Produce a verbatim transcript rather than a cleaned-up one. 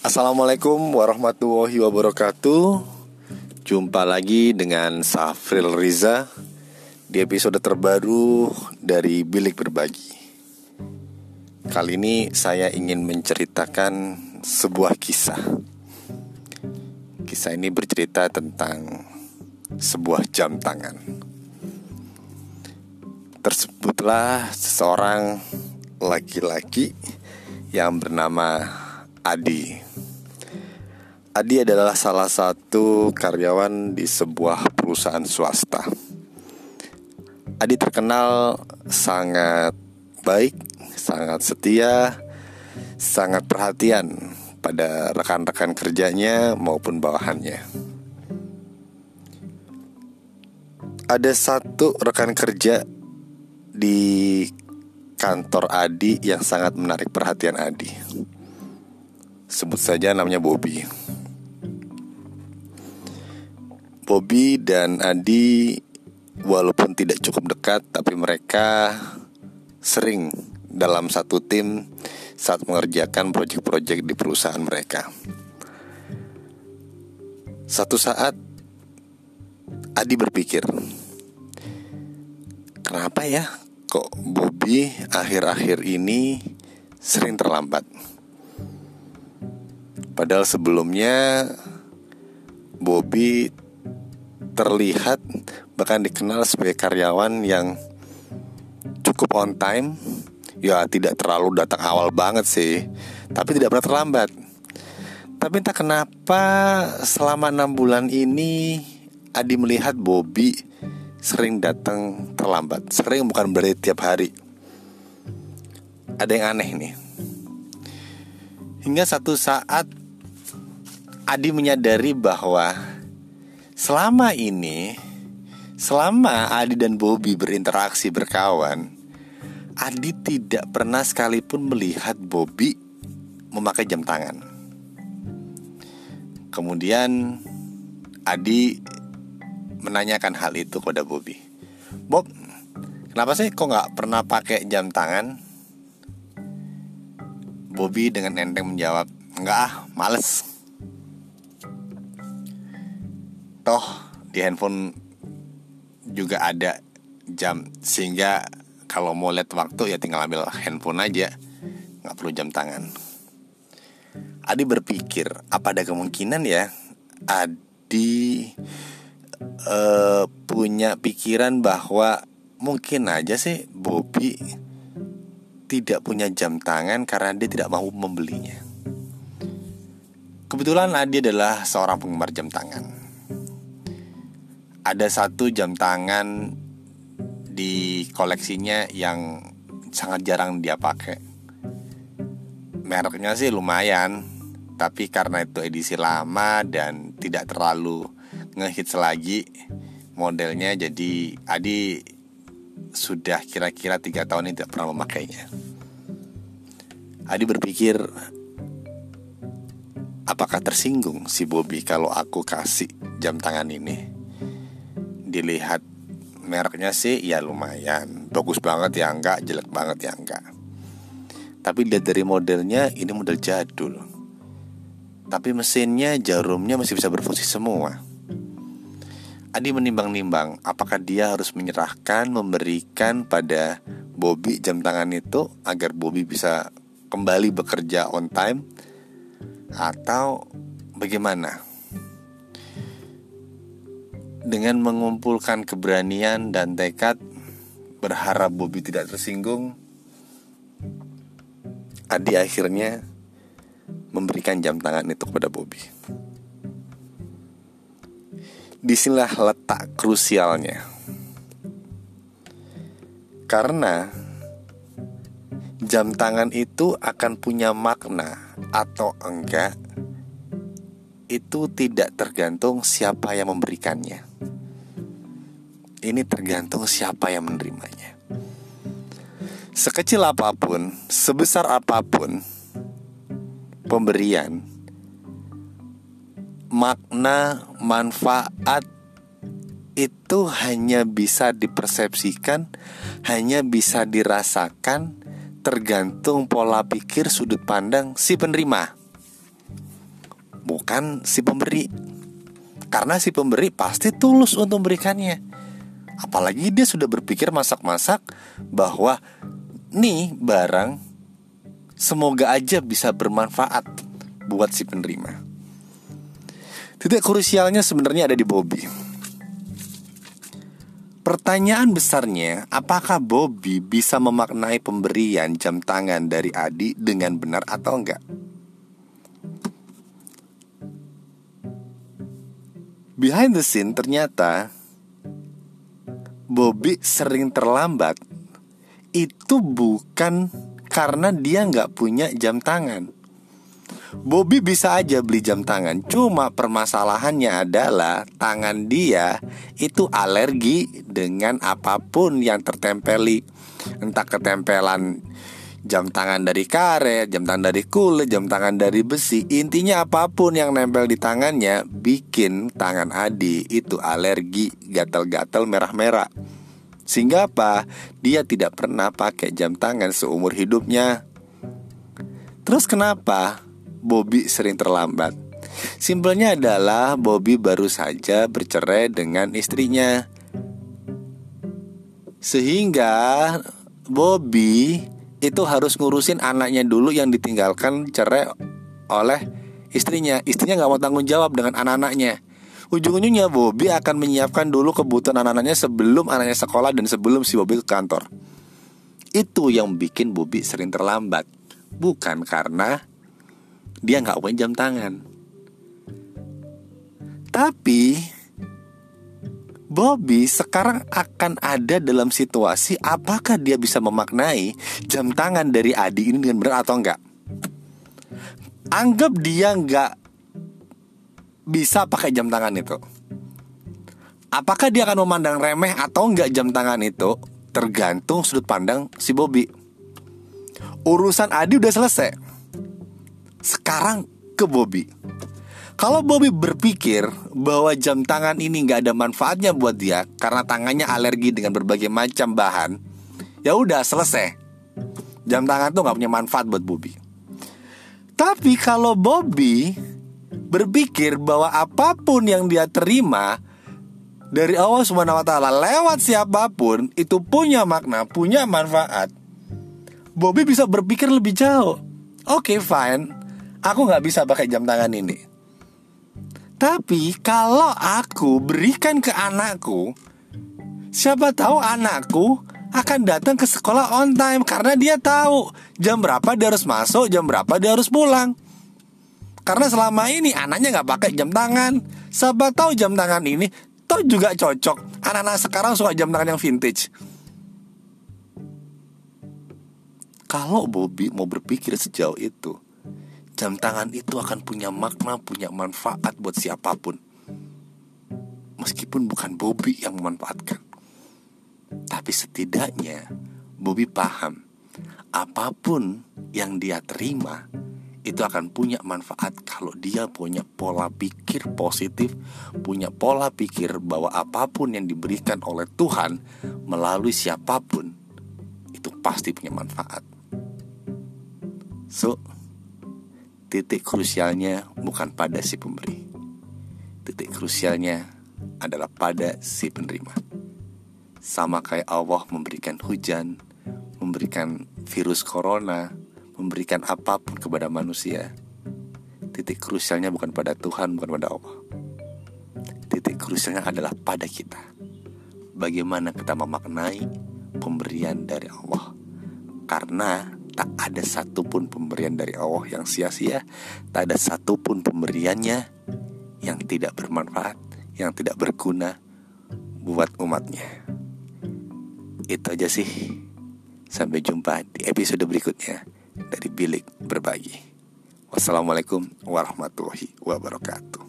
Assalamualaikum warahmatullahi wabarakatuh. Jumpa lagi dengan Safril Riza di episode terbaru dari Bilik Berbagi. Kali ini saya ingin menceritakan sebuah kisah. Kisah ini bercerita tentang sebuah jam tangan. Tersebutlah seseorang laki-laki yang bernama Adi. Adi adalah salah satu karyawan di sebuah perusahaan swasta. Adi terkenal sangat baik, sangat setia, sangat perhatian pada rekan-rekan kerjanya maupun bawahannya. Ada satu rekan kerja di kantor Adi yang sangat menarik perhatian Adi. Sebut saja namanya Bobby. Bobby dan Adi walaupun tidak cukup dekat, tapi mereka sering dalam satu tim saat mengerjakan proyek-proyek di perusahaan mereka. Satu saat Adi berpikir, kenapa ya kok Bobby akhir-akhir ini sering terlambat? Padahal sebelumnya Bobby terlihat bahkan dikenal sebagai karyawan yang cukup on time. Ya tidak terlalu datang awal banget sih, tapi tidak pernah terlambat. Tapi entah kenapa selama enam bulan ini Adi melihat Bobby sering datang terlambat. Sering bukan berarti tiap hari. Ada yang aneh nih. Hingga satu saat Adi menyadari bahwa selama ini, selama Adi dan Bobby berinteraksi berkawan, Adi tidak pernah sekalipun melihat Bobby memakai jam tangan. Kemudian Adi menanyakan hal itu kepada Bobby. Bob, kenapa sih kok gak pernah pakai jam tangan? Bobby dengan enteng menjawab, enggak ah, males. Toh di handphone juga ada jam, sehingga kalau mau lihat waktu ya tinggal ambil handphone aja, gak perlu jam tangan. Adi berpikir, apa ada kemungkinan ya Adi uh, punya pikiran bahwa mungkin aja sih Bobby tidak punya jam tangan karena dia tidak mau membelinya. Kebetulan Adi adalah seorang penggemar jam tangan. Ada satu jam tangan di koleksinya yang sangat jarang dia pakai. Mereknya sih lumayan, tapi karena itu edisi lama dan tidak terlalu ngehits lagi modelnya, jadi Adi sudah kira-kira tiga tahun ini tidak pernah memakainya. Adi berpikir, apakah tersinggung si Bobby kalau aku kasih jam tangan ini? Dilihat mereknya sih ya lumayan, bagus banget ya enggak, jelek banget ya enggak. Tapi lihat dari modelnya, ini model jadul. Tapi mesinnya, jarumnya masih bisa berfungsi semua. Adi menimbang-nimbang apakah dia harus menyerahkan, memberikan pada Bobby jam tangan itu agar Bobby bisa kembali bekerja on time, atau bagaimana. Dengan mengumpulkan keberanian dan tekad, berharap Bobby tidak tersinggung, Adi akhirnya memberikan jam tangan itu kepada Bobby. Disinilah letak krusialnya. Karena jam tangan itu akan punya makna atau enggak, itu tidak tergantung siapa yang memberikannya. Ini tergantung siapa yang menerimanya. Sekecil apapun, sebesar apapun pemberian, makna, manfaat itu hanya bisa dipersepsikan, hanya bisa dirasakan tergantung pola pikir sudut pandang si penerima. bukan si pemberi. Karena si pemberi pasti tulus untuk memberikannya. Apalagi dia sudah berpikir masak-masak bahwa nih barang semoga aja bisa bermanfaat buat si penerima. Titik krusialnya sebenarnya ada di Bobby. Pertanyaan besarnya, apakah Bobby bisa memaknai pemberian jam tangan dari Adi dengan benar atau enggak? Behind the scene ternyata Bobby sering terlambat. Itu bukan karena dia nggak punya jam tangan. Bobby bisa aja beli jam tangan, cuma permasalahannya adalah tangan dia itu alergi dengan apapun yang tertempeli. Entah ketempelan jam tangan dari karet, jam tangan dari kulit, jam tangan dari besi. Intinya apapun yang nempel di tangannya bikin tangan Adi itu alergi, gatal-gatal, merah-merah. Sehingga apa? Dia tidak pernah pakai jam tangan seumur hidupnya. Terus kenapa Bobby sering terlambat? Simpelnya adalah Bobby baru saja bercerai dengan istrinya. Sehingga Bobby itu harus ngurusin anaknya dulu yang ditinggalkan cerai oleh istrinya. Istrinya gak mau tanggung jawab dengan anak-anaknya. Ujung-ujungnya Bobby akan menyiapkan dulu kebutuhan anak-anaknya sebelum anaknya sekolah dan sebelum si Bobby ke kantor. Itu yang bikin Bobby sering terlambat. Bukan karena dia gak punya jam tangan. Tapi Bobby sekarang akan ada dalam situasi apakah dia bisa memaknai jam tangan dari Adi ini dengan benar atau enggak. Anggap dia enggak bisa pakai jam tangan itu. Apakah dia akan memandang remeh atau enggak jam tangan itu? Tergantung sudut pandang si Bobby. Urusan Adi udah selesai. Sekarang ke Bobby. Kalau Bobby berpikir bahwa jam tangan ini nggak ada manfaatnya buat dia karena tangannya alergi dengan berbagai macam bahan, ya udah selesai. Jam tangan tuh nggak punya manfaat buat Bobby. Tapi kalau Bobby berpikir bahwa apapun yang dia terima dari Allah Subhanahu wa taala lewat siapapun itu punya makna, punya manfaat, Bobby bisa berpikir lebih jauh. Oke, okay, fine. Aku nggak bisa pakai jam tangan ini. Tapi kalau aku berikan ke anakku, siapa tahu anakku akan datang ke sekolah on time karena dia tahu jam berapa dia harus masuk, jam berapa dia harus pulang. Karena selama ini anaknya nggak pakai jam tangan. Siapa tahu jam tangan ini toh juga cocok. Anak-anak sekarang suka jam tangan yang vintage. Kalau Bobby mau berpikir sejauh itu, jam tangan itu akan punya makna, punya manfaat buat siapapun. Meskipun bukan Bobby yang memanfaatkan. Tapi setidaknya Bobby paham apapun yang dia terima itu akan punya manfaat kalau dia punya pola pikir positif, punya pola pikir bahwa apapun yang diberikan oleh Tuhan melalui siapapun itu pasti punya manfaat. So, titik krusialnya bukan pada si pemberi. Titik krusialnya adalah pada si penerima. Sama kayak Allah memberikan hujan, memberikan virus corona, memberikan apapun kepada manusia. Titik krusialnya bukan pada Tuhan, bukan pada Allah. Titik krusialnya adalah pada kita. Bagaimana kita memaknai pemberian dari Allah. Karena tak ada satupun pemberian dari Allah yang sia-sia. Tak ada satupun pemberiannya yang tidak bermanfaat, yang tidak berguna buat umatnya. Itu aja sih. Sampai jumpa di episode berikutnya dari Bilik Berbagi. Wassalamualaikum warahmatullahi wabarakatuh.